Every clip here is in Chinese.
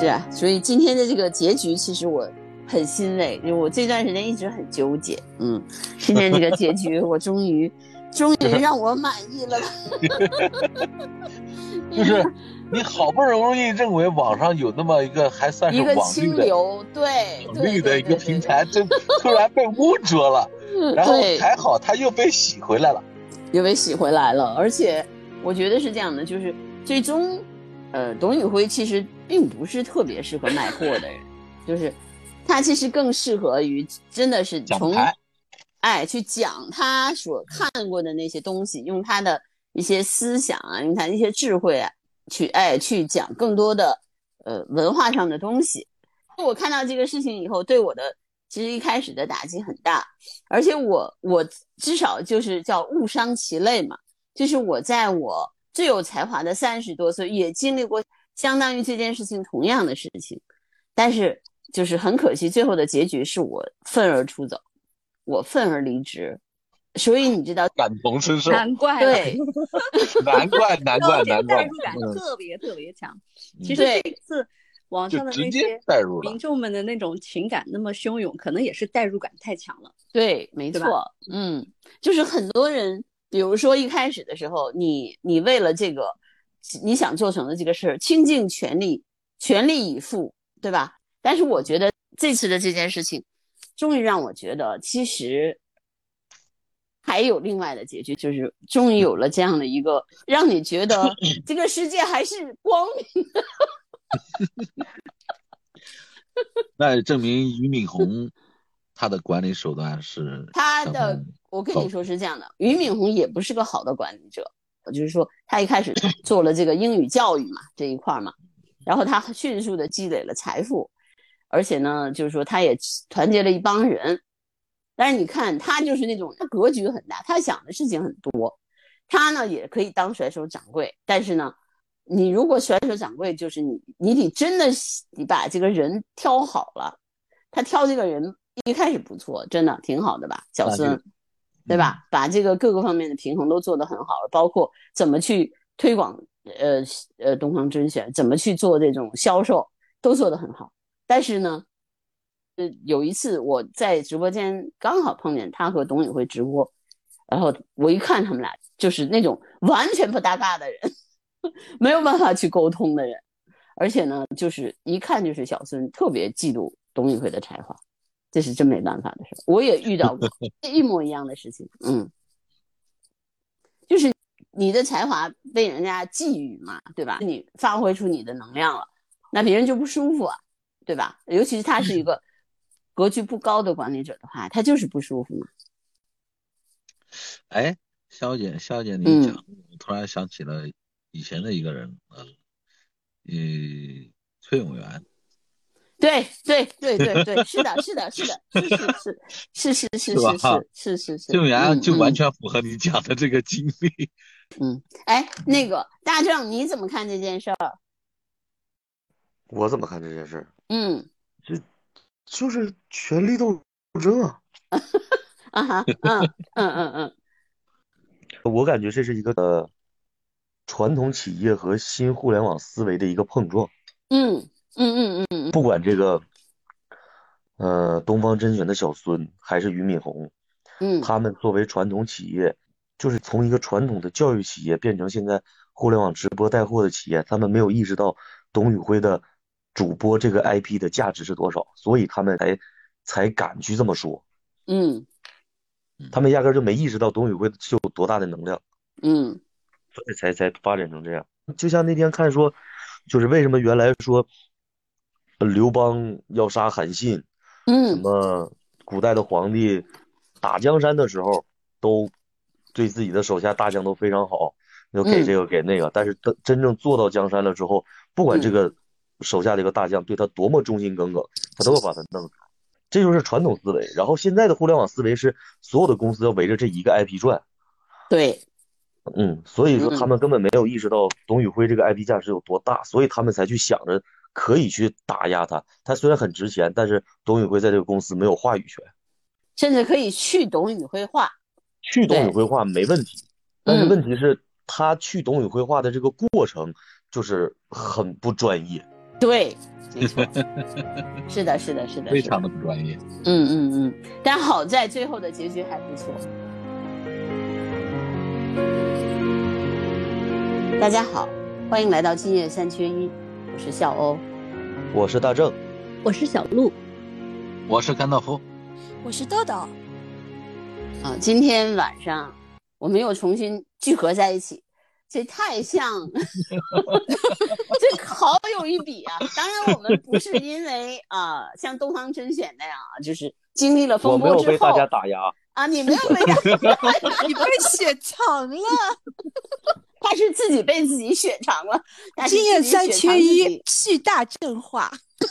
是啊，所以今天的这个结局其实我很欣慰，因为我这段时间一直很纠结。今天这个结局我终于让我满意了吧。 就是你好不容易认为网上有那么一个还算是一个网清流，对绿的一个平台，就突然被污浊了，然后还好它又被洗回来了， 而且我觉得是这样的，就是最终董宇辉其实并不是特别适合卖货的人，就是他其实更适合于真的是从去讲他所看过的那些东西，用他的一些思想啊，用他的一些智慧啊，去讲更多的文化上的东西。我看到这个事情以后，对我的其实一开始的打击很大，而且我至少就是叫误伤其类嘛，就是我在我最有才华的30多岁也经历过相当于这件事情同样的事情，但是就是很可惜，最后的结局是我愤而出走，我愤而离职。所以你知道， 感同身受， 难怪， 对， 难怪， 代入感特别强。其实这一次网上的那些民众们的那种情感那么汹涌，可能也是代入感太强了。 对，没错，就是很多人，比如说一开始的时候，你为了这个你想做成的这个事儿，倾尽全力以赴，对吧？但是我觉得这次的这件事情，终于让我觉得其实还有另外的结局，就是终于有了这样的一个让你觉得这个世界还是光明的。 那证明俞敏洪他的管理手段是我跟你说是这样的，俞敏洪也不是个好的管理者，就是说他一开始做了这个英语教育嘛这一块嘛，然后他迅速的积累了财富，而且呢就是说他也团结了一帮人。但是你看他就是那种他格局很大，他想的事情很多，他呢也可以当甩手掌柜，但是呢你如果甩手掌柜，就是你得真的你把这个人挑好了，他挑这个人一开始不错，真的挺好的吧，小孙，对吧？把这个各个方面的平衡都做得很好了，包括怎么去推广东方甄选，怎么去做这种销售，都做得很好。但是呢有一次我在直播间刚好碰见他和董宇辉直播，然后我一看他们俩就是那种完全不搭嘎的人，没有办法去沟通的人，而且呢就是一看就是小孙特别嫉妒董宇辉的才华，这是真没办法的事。我也遇到过一模一样的事情，就是你的才华被人家觊觎嘛，对吧？你发挥出你的能量了，那别人就不舒服啊，对吧？尤其是他是一个格局不高的管理者的话，他就是不舒服嘛。 哎，肖姐你讲，我突然想起了以前的一个人，崔永元。 对，是的，是， 崔永元就完全符合你讲的这个经历。 哎，那个大正你怎么看这件事儿？ 我怎么看这件事儿？就是权力斗争啊。我感觉这是一个传统企业和新互联网思维的一个碰撞。不管这个东方甄选的小孙还是俞敏洪，他们作为传统企业，就是从一个传统的教育企业变成现在互联网直播带货的企业，他们没有意识到董宇辉的主播这个 IP 的价值是多少，所以他们才敢去这么说。他们压根就没意识到董宇辉是有多大的能量。所以才发展成这样。就像那天看说，就是为什么原来说刘邦要杀韩信，什么古代的皇帝打江山的时候都对自己的手下大将都非常好，就给这个给那个，但是真正做到江山了之后，不管这个手下这个大将对他多么忠心耿耿，他都要把他弄死。这就是传统思维。然后现在的互联网思维是所有的公司要围着这一个 IP 转。 对。 所以说他们根本没有意识到董宇辉这个 IP 价值有多大，所以他们才去想着可以去打压他。他虽然很值钱，但是董宇辉在这个公司没有话语权， 甚至可以去董宇辉化。 去董宇辉化没问题，但是问题是他去董宇辉化的这个过程就是很不专业。 对，没错，是的，是的，是的， 非常的不专业。 但好在最后的结局还不错。大家好，欢迎来到今夜3缺1，我是笑欧， 我是大正， 我是小鹿， 我是甘道夫，我是豆豆。 今天晚上我们又重新聚合在一起，这太像这好有一比啊。当然我们不是因为像东方甄选那样就是经历了风波之后， 我没有被大家打压你没有被大家打压你被雪藏了他是自己被自己雪藏了。 今夜3缺1巨大正化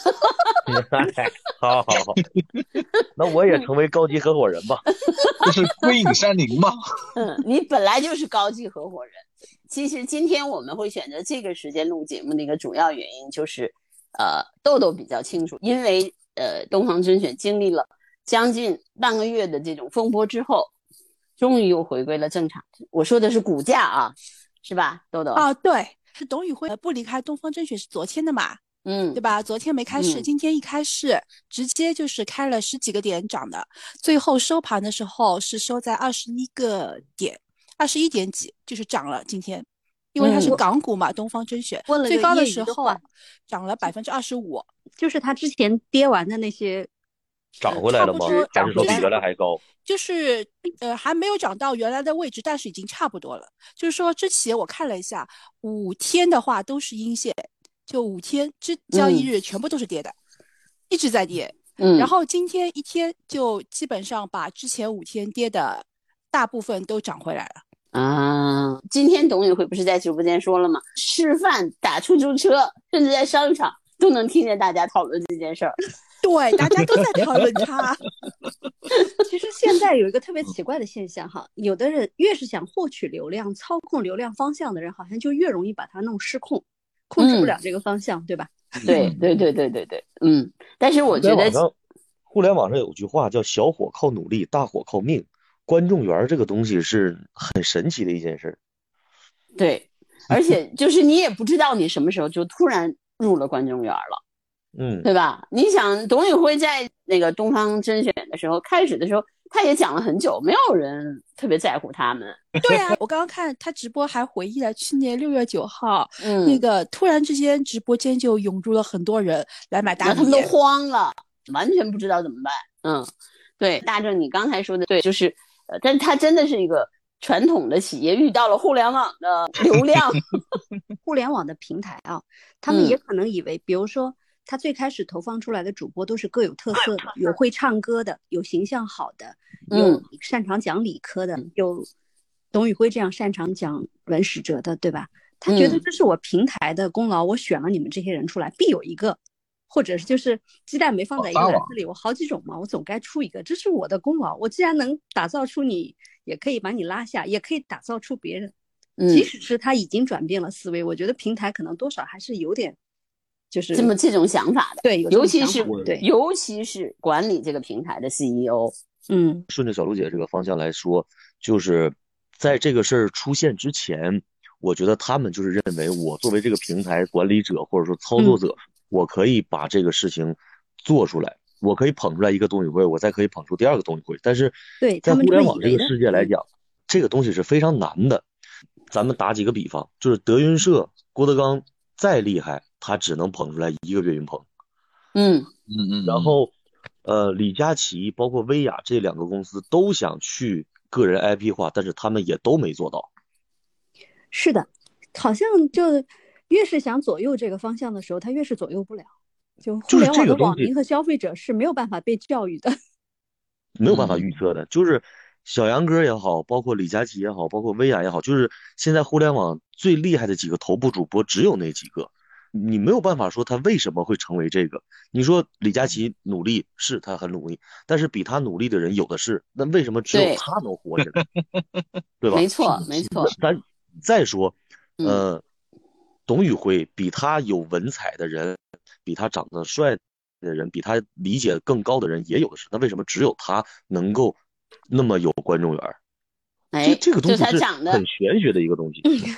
好，那我也成为高级合伙人吧。 这是归隐山林吗？ 你本来就是高级合伙人。其实今天我们会选择这个时间录节目的一个主要原因就是豆豆比较清楚，因为东方甄选经历了将近半个月的这种风波之后，终于又回归了正常。我说的是股价是吧，豆豆？ 对，是董宇辉不离开东方甄选是昨天的嘛，对吧？昨天没开市，今天一开市直接就是开了10几个点涨的，最后收盘的时候是收在21点几，就是涨了今天。因为它是港股嘛，东方甄选最高的时候涨了25%， 就是它之前跌完的那些涨回来了吗？还是说比原来还高？ 就是还没有涨到原来的位置，但是已经差不多了。就是说之前我看了一下，5天的话都是阴线，就5天交易日全部都是跌的，一直在跌。然后今天一天就基本上把之前5天跌的大部分都涨回来了。 今天董宇辉不是在直播间说了吗？吃饭、打出租车，甚至在商场都能听见大家讨论这件事儿。 对，大家都在讨论它。 其实现在有一个特别奇怪的现象有的人越是想获取流量、操控流量方向的人，好像就越容易把它弄失控，控制不了这个方向，对吧？ 对。但是我觉得互联网上有句话叫小火靠努力，大火靠命。观众缘这个东西是很神奇的一件事。 对，而且就是你也不知道你什么时候就突然入了观众缘了。对吧？你想董宇辉在那个东方甄选的时候，开始的时候他也讲了很久，没有人特别在乎他们。 对啊，我刚刚看他直播还回忆了去年6月9号，那个突然之间直播间就涌入了很多人来买大米， 他们都慌了，完全不知道怎么办。对，大正你刚才说的对，就是但是他真的是一个传统的企业遇到了互联网的流量， 互联网的平台他们也可能以为，比如说。他最开始投放出来的主播都是各有特色的，有会唱歌的，有形象好的，有擅长讲理科的，有董宇辉这样擅长讲文史哲的，对吧？他觉得这是我平台的功劳，我选了你们这些人出来，必有一个，或者是就是鸡蛋没放在一个篮子里，我好几种嘛，我总该出一个，这是我的功劳。我既然能打造出你，也可以把你拉下，也可以打造出别人。即使是他已经转变了思维，我觉得平台可能多少还是有点。就是这种想法的， 对， 尤其是管理这个平台的 CEO。 顺着小璐姐这个方向来说，就是在这个事儿出现之前，我觉得他们就是认为我作为这个平台管理者或者说操作者，我可以把这个事情做出来，我可以捧出来一个董宇辉，我再可以捧出第二个董宇辉。但是在互联网这个世界来讲，这个东西是非常难的。咱们打几个比方，就是德云社郭德纲再厉害，他只能捧出来一个岳云鹏。然后李佳琦包括薇娅这2个公司都想去个人 IP 化，但是他们也都没做到。 是的，好像就越是想左右这个方向的时候，他越是左右不了。就互联网的网民和消费者是没有办法被教育的， 没有办法预测的。就是小杨哥也好，包括李佳琦也好，包括薇娅也好，就是现在互联网最厉害的几个头部主播只有那几个，你没有办法说他为什么会成为这个。你说李佳琦努力，是他很努力，但是比他努力的人有的是，那为什么只有他能活下来？对吧？ 没错。 咱再说董宇辉比他有文采的人，比他长得帅的人，比他理解更高的人也有的是，那为什么只有他能够那么有观众缘？这个东西是很玄学的一个东西。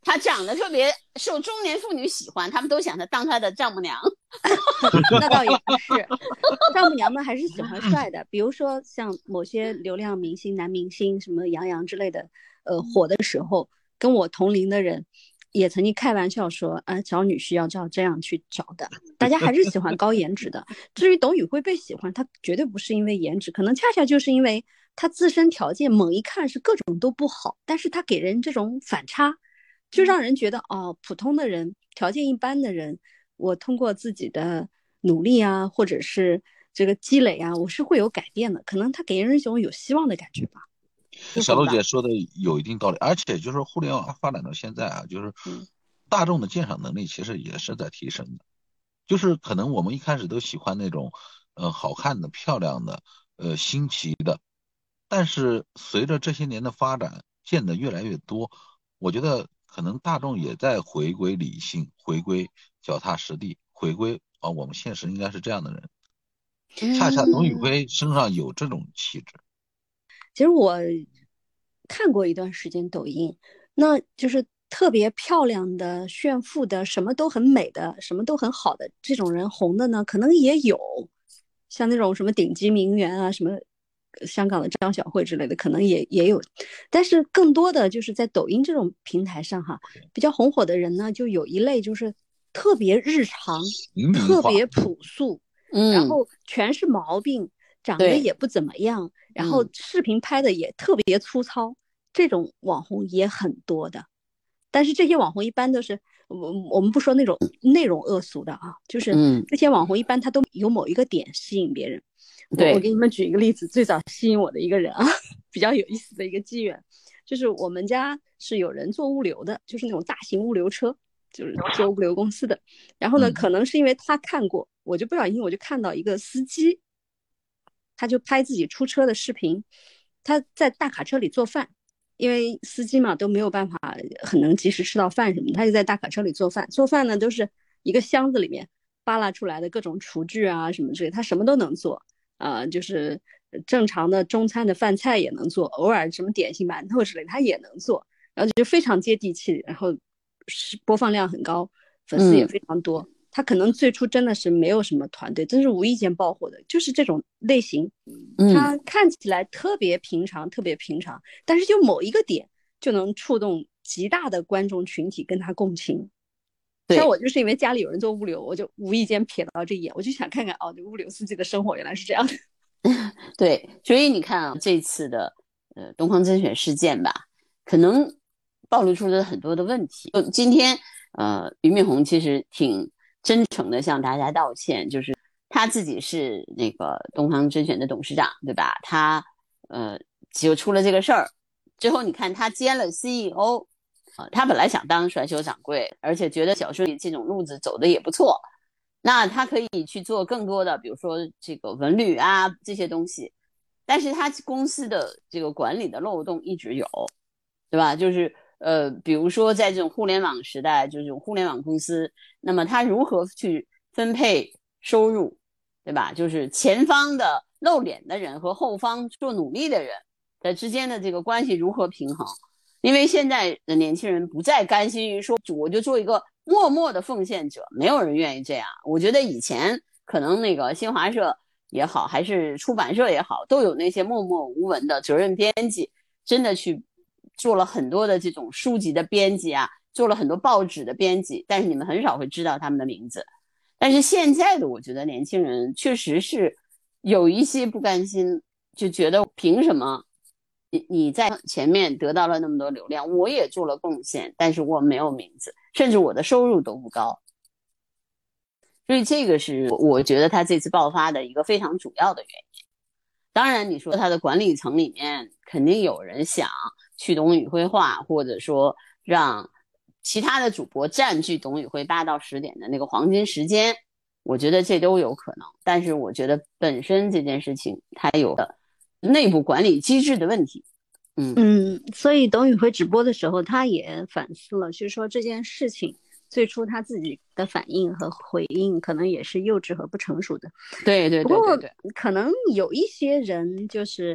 她长得特别受中年妇女喜欢，他们都想她当她的丈母娘。 那倒也不是，丈母娘们还是喜欢帅的，比如说像某些流量明星、男明星，什么杨洋之类的，火的时候，跟我同龄的人也曾经开玩笑说，找女婿要照这样去找的。大家还是喜欢高颜值的。至于董宇辉被喜欢，他绝对不是因为颜值，可能恰恰就是因为他自身条件猛一看是各种都不好，但是他给人这种反差，就让人觉得普通的人，条件一般的人，我通过自己的努力啊，或者是这个积累啊，我是会有改变的。可能他给人一种有希望的感觉吧。 小璐姐说的有一定道理，而且就是互联网发展到现在啊，就是大众的鉴赏能力其实也是在提升的。就是可能我们一开始都喜欢那种好看的、漂亮的、新奇的，但是随着这些年的发展，见得越来越多，我觉得可能大众也在回归理性，回归脚踏实地，回归我们现实应该是这样的人。恰恰董宇辉身上有这种气质。 其实我看过一段时间抖音，那就是特别漂亮的、炫富的、什么都很美的、什么都很好的这种人红的呢，可能也有，像那种什么顶级名媛啊，什么香港的张小慧之类的，可能也有。但是更多的就是在抖音这种平台上哈，比较红火的人呢，就有一类就是特别日常、特别朴素，然后全是毛病，长得也不怎么样，然后视频拍的也特别粗糙，这种网红也很多的。但是这些网红一般都是我们不说那种内容恶俗的啊，就是这些网红一般他都有某一个点吸引别人。我给你们举一个例子，最早吸引我的一个人啊，比较有意思的一个机缘，就是我们家是有人做物流的，就是那种大型物流车，就是做物流公司的。然后呢，可能是因为他看过，我就不小心我就看到一个司机，他就拍自己出车的视频，他在大卡车里做饭，因为司机嘛都没有办法很能及时吃到饭什么的，他就在大卡车里做饭。做饭呢都是一个箱子里面扒拉出来的各种厨具啊什么之类，他什么都能做。就是正常的中餐的饭菜也能做，偶尔什么点心馒头之类的他也能做，然后就非常接地气，然后播放量很高，粉丝也非常多。他可能最初真的是没有什么团队，真是无意间爆火的，就是这种类型。他看起来特别平常，特别平常，但是就某一个点就能触动极大的观众群体跟他共情。像我就是因为家里有人做物流，我就无意间瞥到这一眼，我就想看看这物流司机的生活原来是这样的。 对，所以你看啊，这次的东方甄选事件吧，可能暴露出了很多的问题。今天俞敏洪其实挺真诚的向大家道歉，就是他自己是那个东方甄选的董事长，对吧？他就出了这个事儿之后，你看他兼了 CEO。他本来想当甩手掌柜，而且觉得小顺这种路子走的也不错，那他可以去做更多的，比如说这个文旅啊这些东西，但是他公司的这个管理的漏洞一直有，对吧？就是比如说在这种互联网时代，就是互联网公司，那么他如何去分配收入，对吧？就是前方的露脸的人和后方做努力的人的之间的这个关系如何平衡？因为现在的年轻人不再甘心于说我就做一个默默的奉献者，没有人愿意这样。我觉得以前可能那个新华社也好，还是出版社也好，都有那些默默无闻的责任编辑，真的去做了很多的这种书籍的编辑啊，做了很多报纸的编辑，但是你们很少会知道他们的名字。但是现在的我觉得年轻人确实是有一些不甘心，就觉得凭什么你在前面得到了那么多流量，我也做了贡献，但是我没有名字，甚至我的收入都不高。所以这个是我觉得他这次爆发的一个非常主要的原因。当然你说他的管理层里面肯定有人想去董宇辉化，或者说让其他的主播占据董宇辉8到10点的那个黄金时间，我觉得这都有可能。但是我觉得本身这件事情它有的内部管理机制的问题。 所以董宇辉直播的时候他也反思了，就是说这件事情最初他自己的反应和回应可能也是幼稚和不成熟的。 对。 不过可能有一些人就是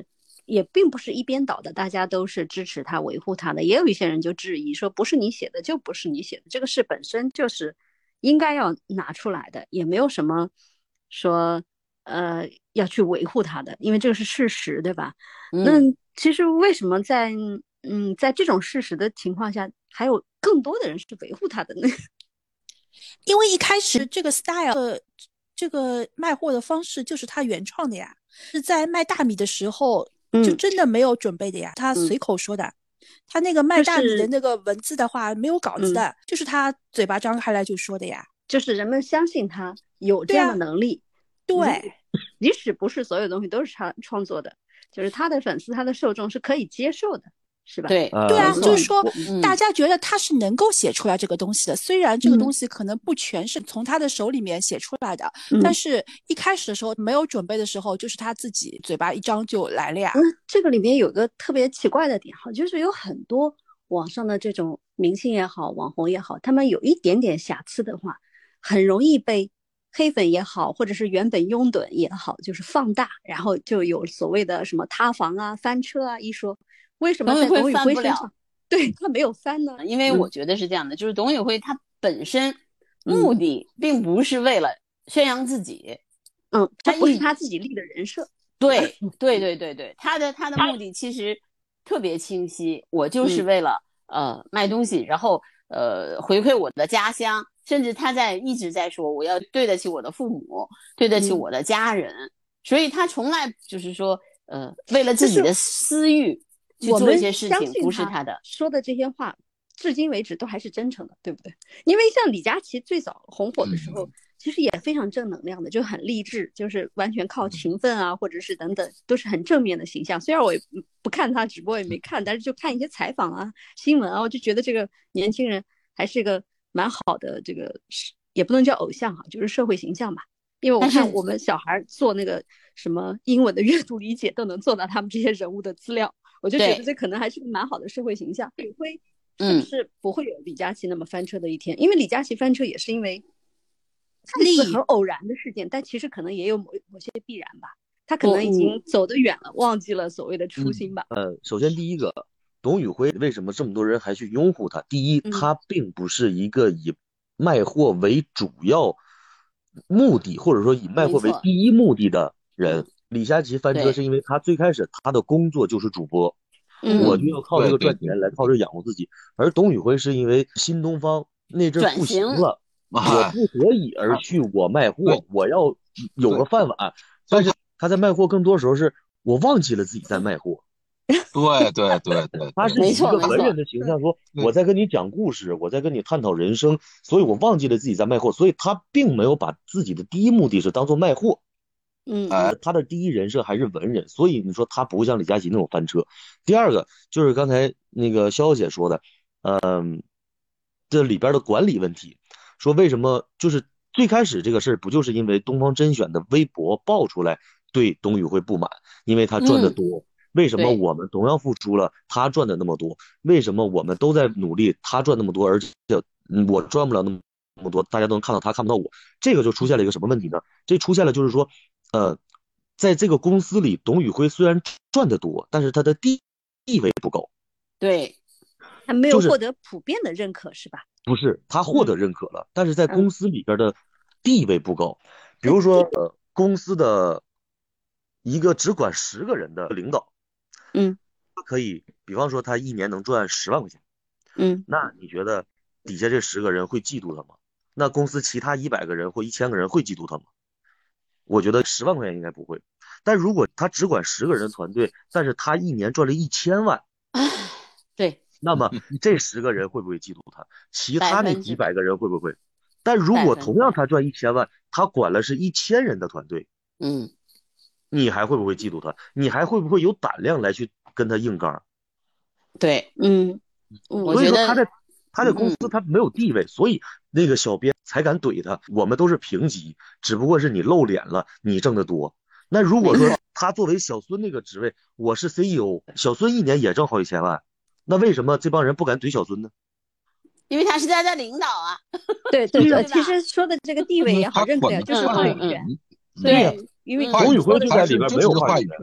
也并不是一边倒的，大家都是支持他维护他的，也有一些人就质疑说不是你写的就不是你写的，这个事本身就是应该要拿出来的，也没有什么说要去维护他的，因为这个是事实，对吧？那其实为什么在这种事实的情况下，还有更多的人是维护他的呢？ 因为一开始这个 style 这个卖货的方式就是他原创的呀，是在卖大米的时候就真的没有准备的呀，他随口说的。他那个卖大米的那个文字的话没有稿子的，就是他嘴巴张开来就说的呀， 就是人们相信他有这样的能力。 对， 即使不是所有东西都是他创作的，就是他的粉丝他的受众是可以接受的，是吧？ 对对啊，就是说大家觉得他是能够写出来这个东西的，虽然这个东西可能不全是从他的手里面写出来的，但是一开始的时候没有准备的时候，就是他自己嘴巴一张就来了呀。 这个里面有个特别奇怪的点哈，就是有很多网上的这种明星也好网红也好，他们有一点点瑕疵的话，很容易被黑粉也好，或者是原本拥趸也好，就是放大，然后就有所谓的什么塌房啊、翻车啊一说。为什么在董宇辉身上，对他没有翻呢？ 因为我觉得是这样的，就是董宇辉他本身目的并不是为了宣扬自己， 他不是他自己立的人设。 对，他的目的其实特别清晰，我就是为了卖东西，然后回馈我的家乡。甚至他一直在说我要对得起我的父母，对得起我的家人，所以他从来就是说为了自己的私欲去做一些事情，不是他的说的这些话至今为止都还是真诚的，对不对？因为像李佳琦最早红火的时候其实也非常正能量的，就很励志，就是完全靠勤奋啊或者是等等都是很正面的形象。虽然我也不看他直播也没看，但是就看一些采访啊新闻啊，我就觉得这个年轻人还是一个蛮好的，这个也不能叫偶像哈，就是社会形象吧。因为我看我们小孩做那个什么英文的阅读理解都能做到他们这些人物的资料，我就觉得这可能还是个蛮好的社会形象。李辉是不是不会有李佳琦那么翻车的一天？因为李佳琦翻车也是因为看似很偶然的事件，但其实可能也有某些必然吧。他可能已经走得远了，忘记了所谓的初心吧。 首先第一个，董宇辉为什么这么多人还去拥护他？第一，他并不是一个以卖货为主要目的，或者说以卖货为第一目的的人。李佳琦翻车是因为他最开始他的工作就是主播，我就要靠这个赚钱来靠这养活自己。而董宇辉是因为新东方那阵不行了，我不得已而去我卖货，我要有个饭碗。但是他在卖货更多时候是我忘记了自己在卖货。 对， 他是一个文人的形象，说我在跟你讲故事，我在跟你探讨人生，所以我忘记了自己在卖货，所以他并没有把自己的第一目的是当做卖货。他的第一人设还是文人，所以你说他不会像李佳琦那种翻车。第二个就是刚才那个肖姐说的，这里边的管理问题，说为什么就是最开始这个事儿不就是因为东方甄选的微博爆出来对董宇辉不满，因为他赚得多。为什么我们同样付出了，他赚的那么多？为什么我们都在努力，他赚那么多，而且我赚不了那么多？大家都能看到他，看不到我，这个就出现了一个什么问题呢？这出现了就是说，在这个公司里，董宇辉虽然赚得多，但是他的地位不高。 对， 他没有获得普遍的认可，是吧？ 不是，他获得认可了，但是在公司里边的地位不高。比如说，公司的一个只管10个人的领导。他可以比方说他一年能赚10万块钱，那你觉得底下这10个人会嫉妒他吗？那公司其他100个人或1000个人会嫉妒他吗？我觉得10万块钱应该不会。但如果他只管10个人的团队，但是他一年赚了1000万， 对， 那么这10个人会不会嫉妒他？其他那几百个人会不会？但如果同样他赚1000万，他管了是1000人的团队，你还会不会嫉妒他？你还会不会有胆量来去跟他硬刚？ 对， 所以说他在公司他没有地位，所以那个小编才敢怼他。我们都是平级，只不过是你露脸了，你挣得多。那如果说他作为小孙那个职位，我是 CEO， 小孙一年也挣好几千万，那为什么这帮人不敢怼小孙呢？ 因为他是在领导啊。 对，其实说的这个地位也好，认可就是话语权。对，因为董宇辉就在里边没有话语权。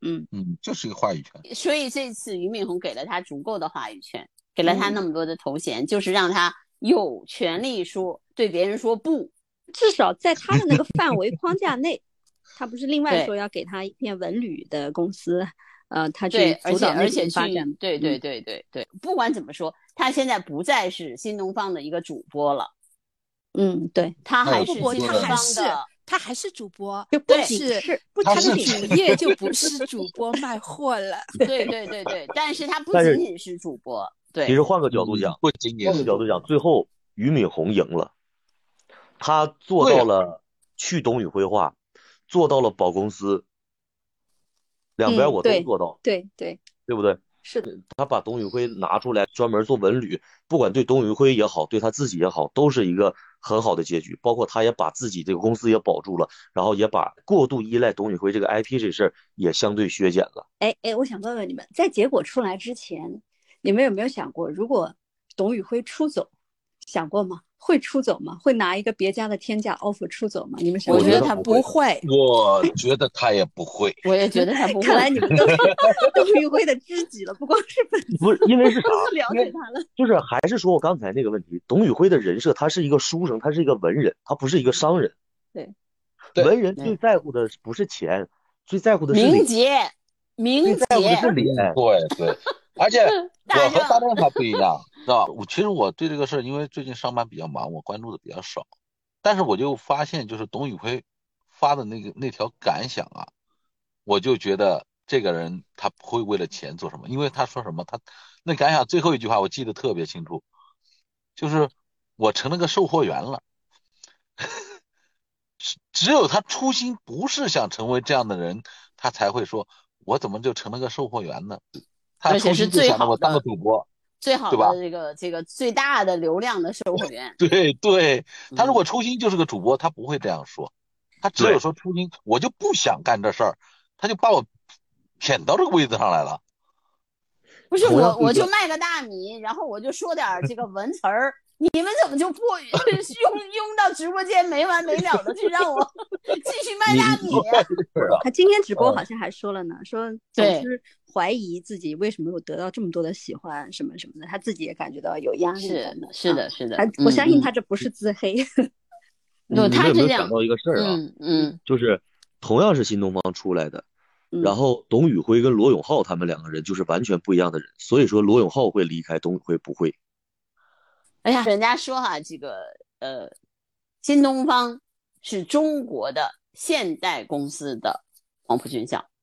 就是一个话语权。 所以这次俞敏洪给了他足够的话语权，给了他那么多的头衔，就是让他有权利说对别人说不， 至少在他的那个范围框架内。他不是另外说要给他一片文旅的公司，他去主导那边发展。 对，不管怎么说，他现在不再是新东方的一个主播了。 对， 他还是新东方的。 他还是主播， 就不是他的主业就不是主播卖货了。 对，但是他不仅仅是主播。对， 其实换个角度讲，最后俞敏洪赢了，他做到了去董宇辉化，做到了保公司，两边我都做到。 对不对？ 是的， 他把董宇辉拿出来专门做文旅，不管对董宇辉也好，对他自己也好，都是一个很好的结局。包括他也把自己这个公司也保住了，然后也把过度依赖董宇辉这个 IP 这事儿也相对削减了。 我想问问你们，在结果出来之前，你们有没有想过，如果董宇辉出走，想过吗？会出走吗？会拿一个别家的天价 offer 出走吗？你们想过？ 我觉得他不会。 我觉得他也不会。 我也觉得他不会。 看来你们都是董宇辉的知己了，不光是粉丝。 不是因为是啥？ 了解他了。 就是还是说我刚才那个问题，董宇辉的人设他是一个书生，他是一个文人，他不是一个商人。 对， 文人最在乎的不是钱，最在乎的是名节。 最在乎的是脸。 对，而且我和大正还不一样，知道吧？其实我对这个事儿，因为最近上班比较忙，我关注的比较少。但是我就发现，就是董宇辉发的那条感想啊，我就觉得这个人他不会为了钱做什么，因为他说什么，他那感想最后一句话我记得特别清楚，就是我成了个售货员了。只有他初心不是想成为这样的人，他才会说我怎么就成了个售货员呢？他初心就想着我当个主播， 最好的这个最大的流量的售货员。 对，他如果初心就是个主播，他不会这样说。他只有说初心，我就不想干这事儿，他就把我骗到这个位子上来了。 不是我就卖个大米，然后我就说点这个文词儿。你们怎么就不拥到直播间没完没了的去让我继续卖大米？ 他今天直播好像还说了呢，说总是怀疑自己为什么有得到这么多的喜欢什么什么的，他自己也感觉到有压力。 是的。 我相信他这不是自黑。 你们有没有想到一个事儿啊？就是同样是新东方出来的，然后董宇辉跟罗永浩他们两个人就是完全不一样的人，所以说罗永浩会离开，董宇辉不会。 哎呀，人家说哈，这个新东方是中国的现代公司的黄埔军校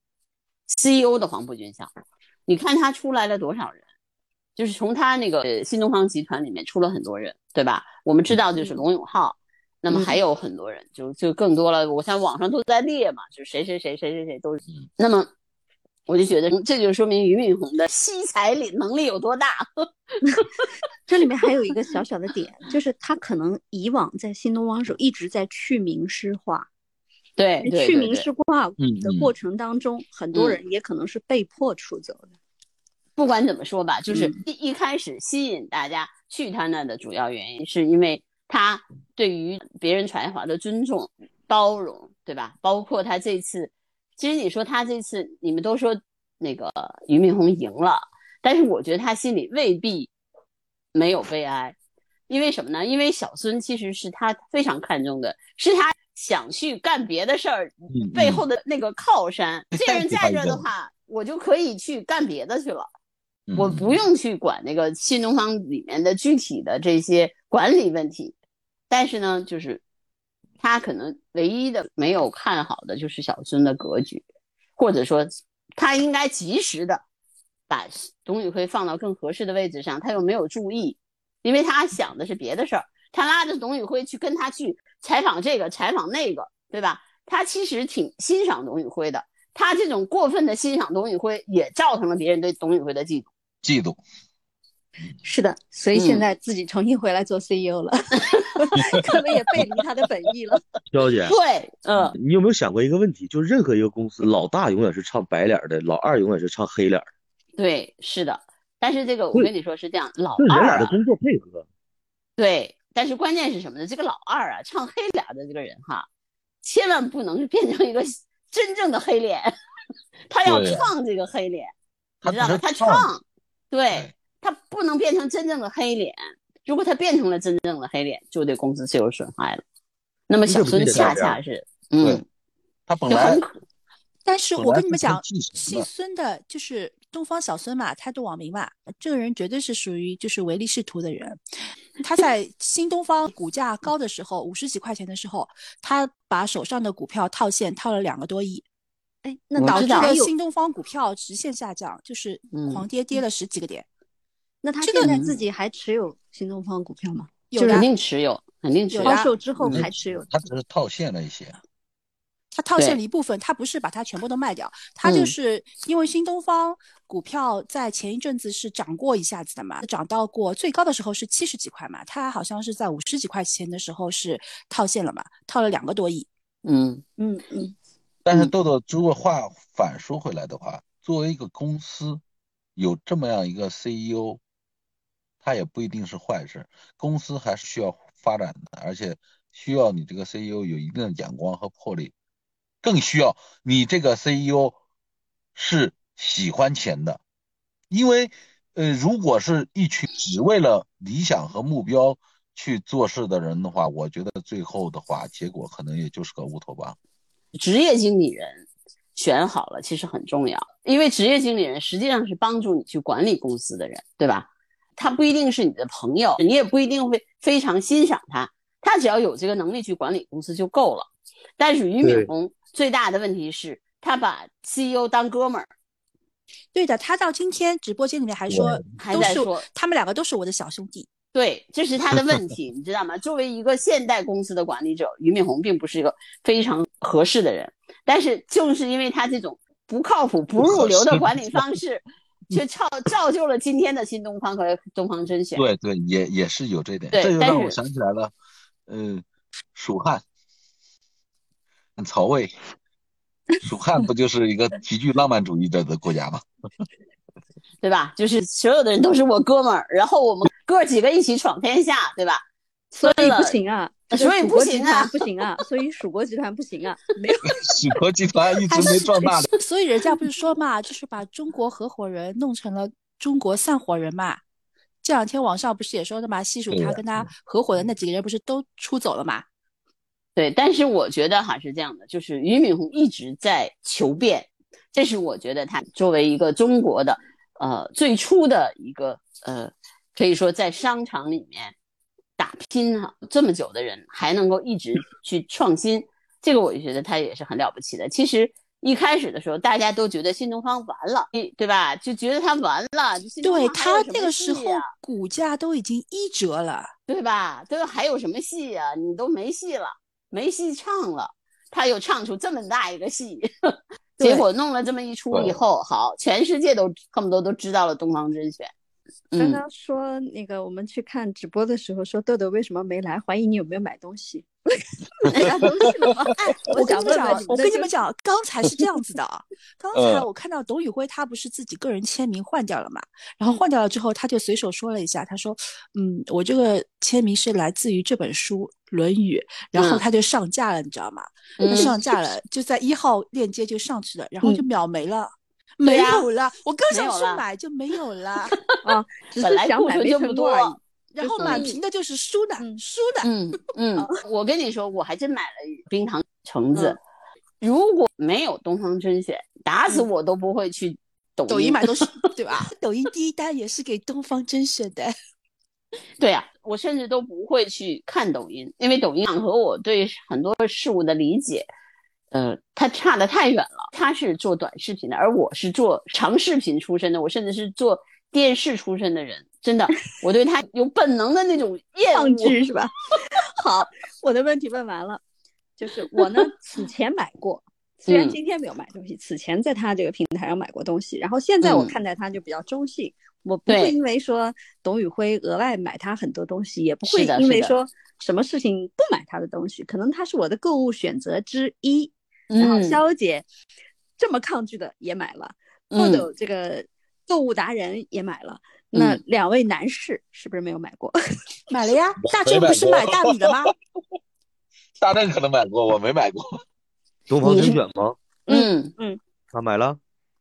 ，CEO 的黄埔军校。你看他出来了多少人？就是从他那个新东方集团里面出了很多人，对吧？我们知道就是罗永浩，那么还有很多人，就更多了。我像网上都在列嘛，就谁都是。那么我就觉得这就说明俞敏洪的惜才能力有多大。 这里面还有一个小小的点，就是他可能以往在新东方的时候一直在去名师化。 对， 去名师化的过程当中，很多人也可能是被迫出走的。 不管怎么说吧，就是一开始吸引大家去他那的主要原因，是因为他对于别人才华的尊重、包容，对吧？包括他这次。其实你说他这次，你们都说那个俞敏洪赢了，但是我觉得他心里未必没有悲哀，因为什么呢？因为小孙其实是他非常看重的，是他想去干别的事儿背后的那个靠山。这人在这的话，我就可以去干别的去了，我不用去管那个新东方里面的具体的这些管理问题。但是呢，就是他可能唯一的没有看好的就是小孙的格局，或者说他应该及时的把董宇辉放到更合适的位置上，他又没有注意，因为他想的是别的事儿，他拉着董宇辉去跟他去采访这个采访那个，对吧？他其实挺欣赏董宇辉的，他这种过分的欣赏董宇辉也造成了别人对董宇辉的嫉妒。 是的，所以现在自己重新回来做 CEO 了，可能也背离他的本意了。 肖姐， 对， 你有没有想过一个问题？就是任何一个公司，老大永远是唱白脸的，老二永远是唱黑脸的。 对，是的。但是这个我跟你说是这样，老二人俩的工作配合。 对，但是关键是什么呢？这个老二啊，唱黑脸的这个人哈，千万不能变成一个真正的黑脸。 他要唱这个黑脸，你知道吗？他唱，对，他不能变成真正的黑脸。如果他变成了真正的黑脸，就对公司是有损害了。那么小孙恰恰是， 他本来， 但是我跟你们讲，姓孙的就是东方小孙嘛，态度网民嘛，这个人绝对是属于就是唯利是图的人。他在新东方股价高的时候，50几块钱的时候，他把手上的股票套现套了2个多亿。哎，那导致了新东方股票直线下降，就是狂跌了10几个点。 那他现在自己还持有新东方股票吗？ 有，肯定持有，肯定持有。 抛售之后还持有。 他只是套现了一些。 他套现了一部分，他不是把它全部都卖掉，他就是因为新东方股票在前一阵子是涨过一下子的嘛，涨到过最高的时候是70几块嘛，他好像是在50几块钱的时候是套现了嘛，套了2个多亿。 但是豆豆如果话反说回来的话，作为一个公司有这么样一个 CEO， 他也不一定是坏事，公司还是需要发展的，而且需要你这个 CEO 有一定的眼光和魄力，更需要你这个 CEO 是喜欢钱的。因为如果是一群只为了理想和目标去做事的人的话，我觉得最后的话结果可能也就是个乌托邦。 职业经理人选好了其实很重要，因为职业经理人实际上是帮助你去管理公司的人，对吧？他不一定是你的朋友，你也不一定会非常欣赏他，他只要有这个能力去管理公司就够了。但是俞敏洪最大的问题是他把 CEO 当哥们儿。 对的，他到今天直播间里面还说他们2个都是我的小兄弟。 对，这是他的问题，你知道吗？作为一个现代公司的管理者，俞敏洪并不是一个非常合适的人，但是就是因为他这种不靠谱、不入流的管理方式，却造就了今天的新东方和东方甄选。 对对，也是有这点。这就让我想起来了，蜀汉，曹魏，蜀汉不就是一个极具浪漫主义者的国家吗？ 对吧？就是所有的人都是我哥们儿，然后我们哥几个一起闯天下，对吧？ 所以不行啊， 所以不行啊， 不行啊，所以蜀国集团不行啊，没有。 蜀国集团一直没壮大的。 所以人家不是说嘛，就是把中国合伙人弄成了中国散伙人嘛。这2天网上不是也说的嘛，细数他跟他合伙的那几个人不是都出走了嘛？ 对，但是我觉得还是这样的，就是俞敏洪一直在求变，这是我觉得他作为一个中国的最初的一个可以说在商场里面打拼这么久的人，还能够一直去创新，这个我就觉得他也是很了不起的。其实一开始的时候大家都觉得新东方完了，对吧？就觉得他完了， 对，他那个时候股价都已经1折了， 对吧？都还有什么戏啊？你都没戏了，没戏唱了，他又唱出这么大一个戏结果弄了这么一出以后，好，全世界都恨不得都知道了东方甄选。 刚刚说那个我们去看直播的时候说豆豆为什么没来，怀疑你有没有买东西。买东西了吗？ 我跟你们讲，刚才是这样子的啊。刚才我看到董宇辉他不是自己个人签名换掉了嘛，然后换掉了之后他就随手说了一下，他说我这个签名是来自于这本书《论语》，然后他就上架了，你知道吗？他上架了，就在1号链接就上去了，然后就秒没了。没有了，我刚想去买就没有了啊！ 本来库存就不多， 然后满屏的就是输的。 我跟你说，我还真买了冰糖橙子。如果没有东方甄选，打死我都不会去抖音买东西，对吧？抖音第1单也是给东方甄选的。 对啊，我甚至都不会去看抖音，因为抖音和我对很多事物的理解。他差得太远了。他是做短视频的，而我是做长视频出身的，我甚至是做电视出身的人。真的，我对他有本能的那种厌恶， 是吧？好，我的问题问完了。就是我呢，此前买过，虽然今天没有买东西，此前在他这个平台上买过东西，然后现在我看待他就比较中性，我不会因为说董宇辉额外买他很多东西，也不会因为说什么事情不买他的东西，可能他是我的购物选择之一。然后肖姐这么抗拒的也买了，豆豆这个购物达人也买了，那2位男士是不是没有买过？ 买了呀，大正不是买大米的吗？ 大正可能买过，我没买过。 东方甄选吗？ 他买了。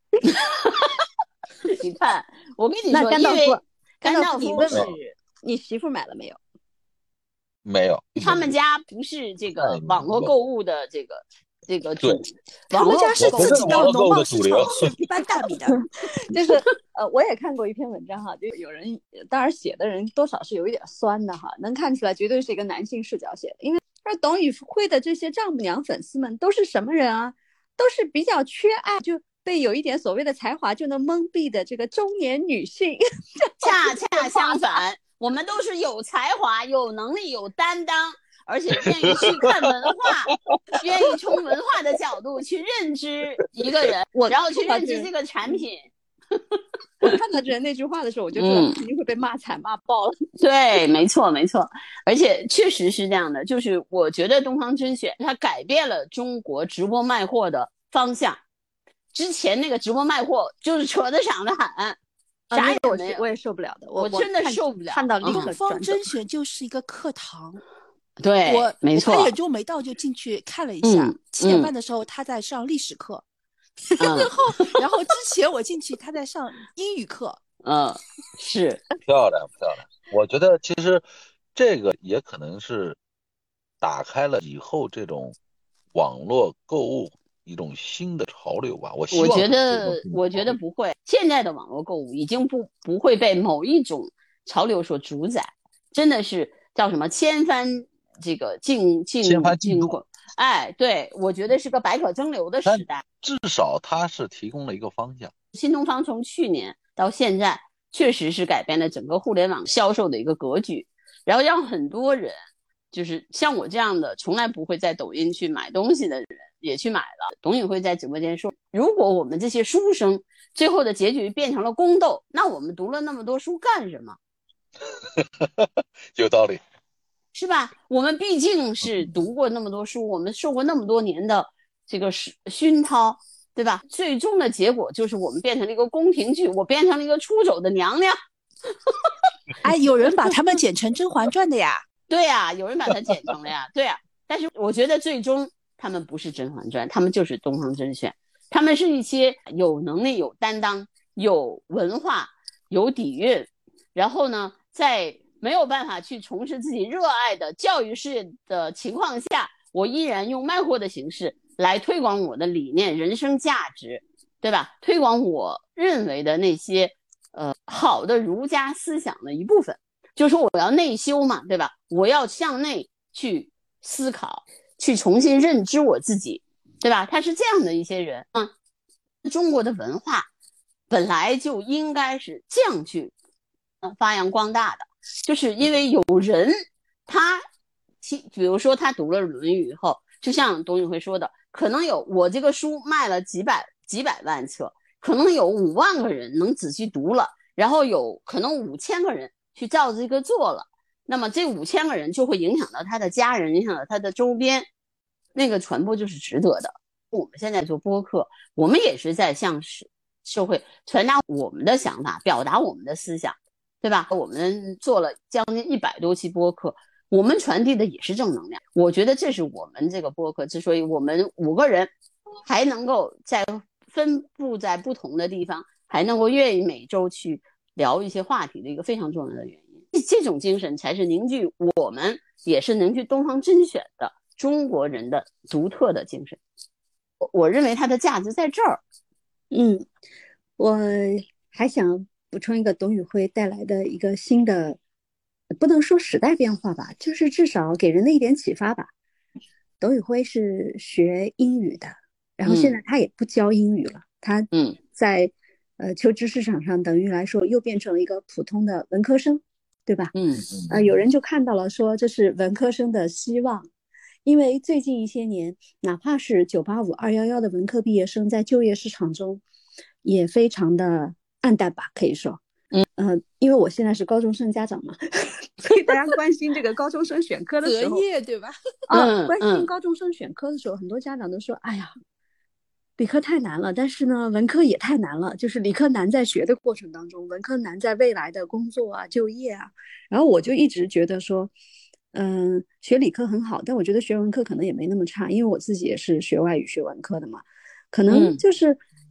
你看，我跟你说， 甘道夫，你问问你媳妇买了没有？ 没有， 他们家不是这个网络购物的这个主， 他们家是自己到农贸市场去搬大米的。 就是我也看过一篇文章哈，就有人当然写的人多少是有一点酸的哈，能看出来绝对是一个男性视角写的。因为董宇辉的这些丈母娘粉丝们都是什么人啊？都是比较缺爱，就被有一点所谓的才华就能蒙蔽的这个中年女性。 恰恰相反，我们都是有才华、有能力、有担当，而且愿意去看文化，愿意从文化的角度去认知一个人，然后去认知这个产品。 我看到这那句话的时候，我就知道肯定会被骂惨骂爆了。 对，没错，而且确实是这样的，就是我觉得东方甄选它改变了中国直播卖货的方向。之前那个直播卖货就是扯得响的喊，啥也没有， 我也受不了的， 我真的受不了。 看到立刻东方甄选就是一个课堂， 对，没错， 我8点钟没到就进去看了一下，7点半的时候他在上历史课，然后之前我进去他在上英语课， 是漂亮。我觉得其实这个也可能是打开了以后这种网络购物一种新的潮流吧。我觉得不会，现在的网络购物已经不会被某一种潮流所主宰，真的是叫什么千帆这个竞过，哎，对，我觉得是个百舸争流的时代。 至少它是提供了一个方向。 新东方从去年到现在确实是改变了整个互联网销售的一个格局，然后让很多人就是像我这样的从来不会在抖音去买东西的人也去买了。董宇辉在直播间说，如果我们这些书生最后的结局变成了宫斗，那我们读了那么多书干什么？ 有道理， 是吧？我们毕竟是读过那么多书，我们受过那么多年的这个熏陶，对吧？最终的结果就是我们变成了一个宫廷剧，我变成了一个出走的娘娘。 哎，有人把他们剪成《甄嬛传》的呀？ 对呀，有人把它剪成了呀，对呀。但是我觉得最终他们不是《甄嬛传》，他们就是东方甄选，他们是一些有能力、有担当、有文化、有底蕴，然后呢，在没有办法去从事自己热爱的教育事业的情况下，我依然用卖货的形式来推广我的理念、人生价值，对吧？推广我认为的那些好的儒家思想的一部分。就是说我要内修嘛，对吧？我要向内去思考，去重新认知我自己，对吧？他是这样的一些人。中国的文化本来就应该是这样去发扬光大的，就是因为有人他比如说他读了《论语》以后，就像董宇辉说的，可能有我这个书卖了几百万册，可能有5万个人能仔细读了，然后有可能5000个人去照这个做了，那么这5000个人就会影响到他的家人，影响到他的周边，那个传播就是值得的。我们现在做播客，我们也是在向社会传达我们的想法，表达我们的思想，对吧？我们做了将近100多期播客，我们传递的也是正能量。我觉得这是我们这个播客之所以我们5个人还能够在分布在不同的地方，还能够愿意每周去聊一些话题的一个非常重要的原因。这种精神才是凝聚我们，也是凝聚东方甄选的中国人的独特的精神。我认为它的价值在这儿。 我还想补充一个董宇辉带来的一个新的，不能说时代变化吧，就是至少给人的一点启发吧。董宇辉是学英语的，然后现在他也不教英语了，他在求职市场上等于来说又变成了一个普通的文科生，对吧？有人就看到了说这是文科生的希望，因为最近一些年，哪怕是985、211的文科毕业生在就业市场中也非常的暗淡吧，可以说。因为我现在是高中生家长嘛，所以大家关心这个高中生选科的时候， 择业对吧？ 关心高中生选科的时候，很多家长都说：“哎呀，理科太难了，但是呢，文科也太难了。就是理科难在学的过程当中，文科难在未来的工作啊、就业啊。”然后我就一直觉得说，学理科很好，但我觉得学文科可能也没那么差，因为我自己也是学外语、学文科的嘛，可能就是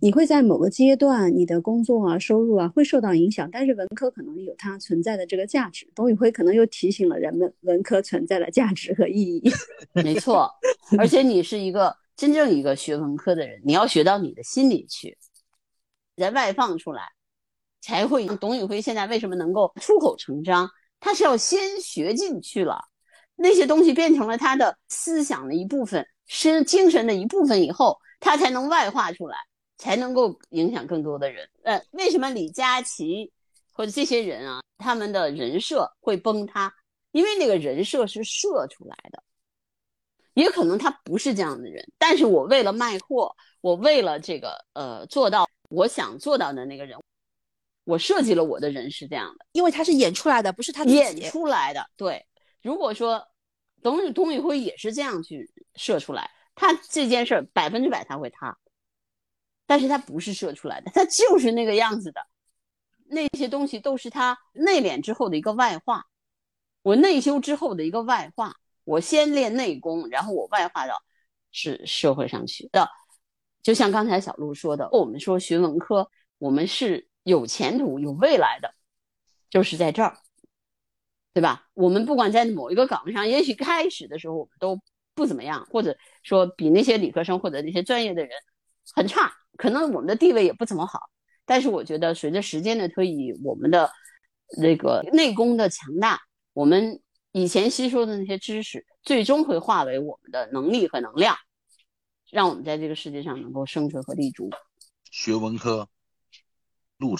你会在某个阶段，你的工作啊、收入啊会受到影响，但是文科可能有它存在的这个价值。董宇辉可能又提醒了人们文科存在的价值和意义。 没错，而且你是一个真正一个学文科的人，你要学到你的心里去，再外放出来，才会。董宇辉现在为什么能够出口成章？他是要先学进去了，那些东西变成了他的思想的一部分，是精神的一部分以后，他才能外化出来，才能够影响更多的人。为什么李佳琦或者这些人啊，他们的人设会崩塌？因为那个人设是设出来的，也可能他不是这样的人，但是我为了卖货，我为了这个做到我想做到的那个人，我设计了我的人是这样的， 因为他是演出来的，不是他自己演出来的。对，如果说董宇辉也是这样去设出来，他这件事100%他会塌，但是他不是设出来的，他就是那个样子的。那些东西都是他内敛之后的一个外化，我内修之后的一个外化，我先练内功，然后我外化到是社会上去的。就像刚才小鹿说的，我们说学文科，我们是有前途有未来的，就是在这儿，对吧？我们不管在某一个岗位上，也许开始的时候我们都不怎么样，或者说比那些理科生或者那些专业的人很差，可能我们的地位也不怎么好，但是我觉得随着时间的推移，我们的那个内功的强大，我们以前吸收的那些知识最终会化为我们的能力和能量，让我们在这个世界上能够生存和立足。 学文科路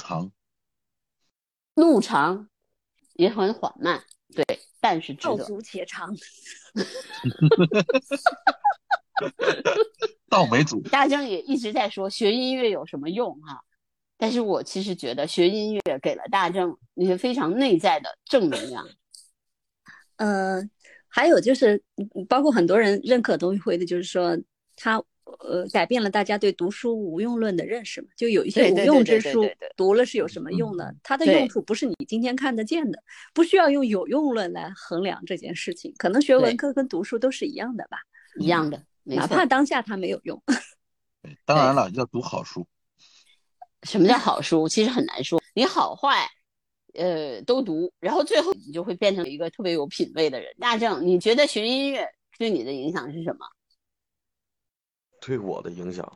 长也很缓慢，对，但是值得。 道阻且长。 道没阻。 大正也一直在说学音乐有什么用哈，但是我其实觉得学音乐给了大正那些非常内在的正能量。 还有就是包括很多人认可董宇辉的，就是说他改变了大家对读书无用论的认识嘛，就有一些无用之书读了是有什么用呢？它的用处不是你今天看得见的，不需要用有用论来衡量这件事情。可能学文科跟读书都是一样的吧， 一样的， 哪怕当下它没有用。 当然了，要读好书。 什么叫好书？其实很难说，你好坏都读，然后最后你就会变成一个特别有品位的人。大正，你觉得学音乐对你的影响是什么？ 对我的影响，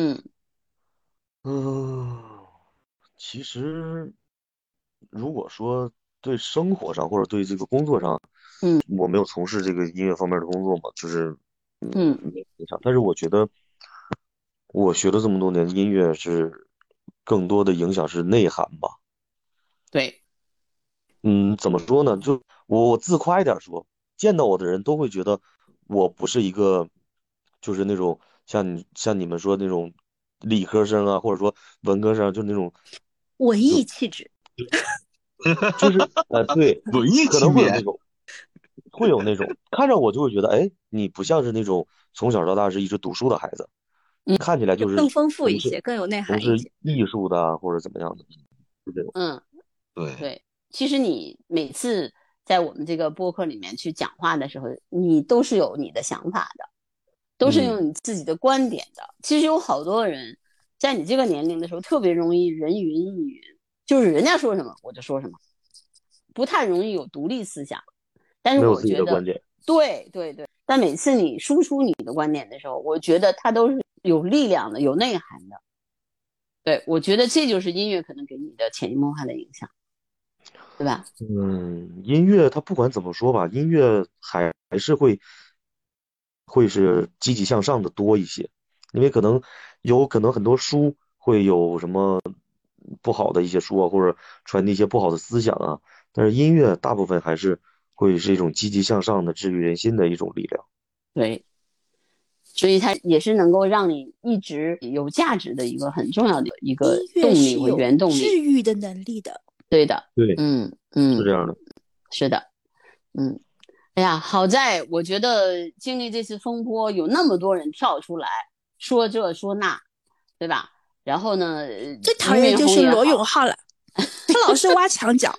其实如果说对生活上或者对这个工作上，我没有从事这个音乐方面的工作嘛，就是没影响。但是我觉得我学了这么多年音乐，是更多的影响是内涵吧。 对， 怎么说呢？就我自夸一点说，见到我的人都会觉得我不是一个，就是那种像你们说那种理科生啊，或者说文科生，就那种文艺气质， 就是对， 文艺可能会有那种，看着我就会觉得，哎，你不像是那种从小到大是一直读书的孩子，看起来就是更丰富一些，更有内涵一些， 从事艺术的或者怎么样的，就这种。 对，其实你每次在我们这个播客里面去讲话的时候，你都是有你的想法的，都是用你自己的观点的。其实有好多人在你这个年龄的时候特别容易人云亦云，就是人家说什么我就说什么，不太容易有独立思想。但是我觉得对，但每次你输出你的观点的时候，我觉得它都是有力量的，有内涵的。对，我觉得这就是音乐可能给你的潜移默化的影响，对吧？ 音乐它不管怎么说吧，音乐还是会是积极向上的多一些，因为可能很多书会有什么不好的一些书啊，或者传递一些不好的思想啊，但是音乐大部分还是会是一种积极向上的治愈人心的一种力量。 对，所以它也是能够让你一直有价值的一个很重要的一个动力和原动力， 治愈的能力的。 对的， 对，是这样的， 是的，哎呀，好在我觉得经历这次风波，有那么多人跳出来说这说那，对吧？然后呢， 最讨厌就是罗永浩了，他老是挖墙脚。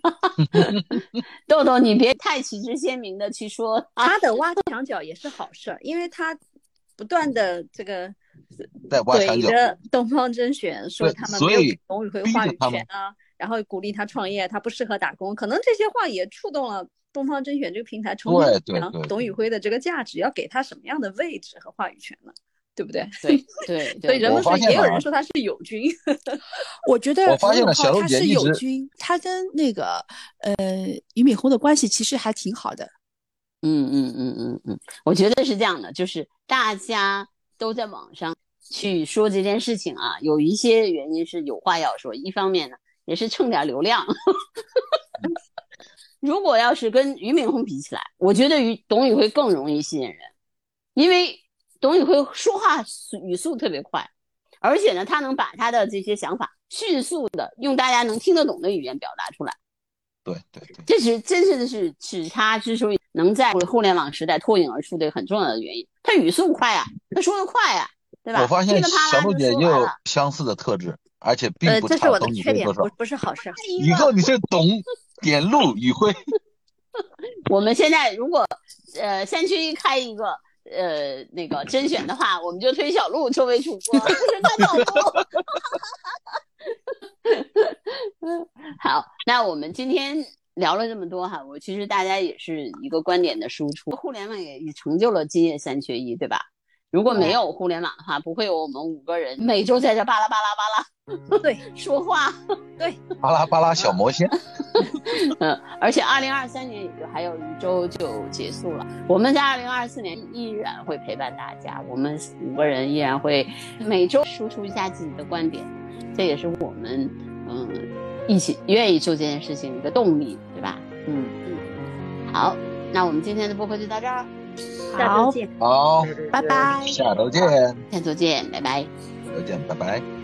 豆豆，你别太旗帜鲜明的去说他的挖墙脚也是好事儿，因为他不断的这个在挖墙脚， 怼着东方甄选说他们没有给董宇辉话语权啊，然后鼓励他创业，他不适合打工，可能这些话也触动了东方甄选这个平台，重新讲董宇辉的这个价值，要给他什么样的位置和话语权呢？对不对？ 对， 所以人们说，也有人说他是友军。 我觉得我发现了小他是友军，他跟那个俞敏洪的关系其实还挺好的。 我觉得是这样的，就是大家都在网上去说这件事情啊，有一些原因是有话要说，一方面呢也是蹭点流量。如果要是跟俞敏洪比起来，我觉得董宇辉更容易吸引人，因为董宇辉说话语速特别快，而且呢他能把他的这些想法迅速的用大家能听得懂的语言表达出来。 对， 这是真的是他之所以能在互联网时代脱颖而出的很重要的原因，他语速快啊，他说的快啊，对吧？ 我发现小鹿姐也有相似的特质，而且并不差。 这是我的缺点，不是好事。 以后你是懂点陆宇辉。 我们现在如果山区一开一个那个甄选的话，我们就推小鹿作为主播，不是他导播。好，那我们今天聊了这么多哈，我其实大家也是一个观点的输出，互联网也成就了今夜3缺1，对吧？如果没有互联网的话，不会有我们5个人每周在这巴拉巴拉巴拉对说话，对巴拉巴拉小魔仙。 而且2023年也就还有1周就结束了，我们在2024年依然会陪伴大家，我们5个人依然会每周输出一下自己的观点，这也是我们一起愿意做这件事情的一个动力，对吧？好，那我们今天的播客就到这儿， 下周见， 好， 拜拜， 下周见， 下周见，拜拜， 下周见，拜拜。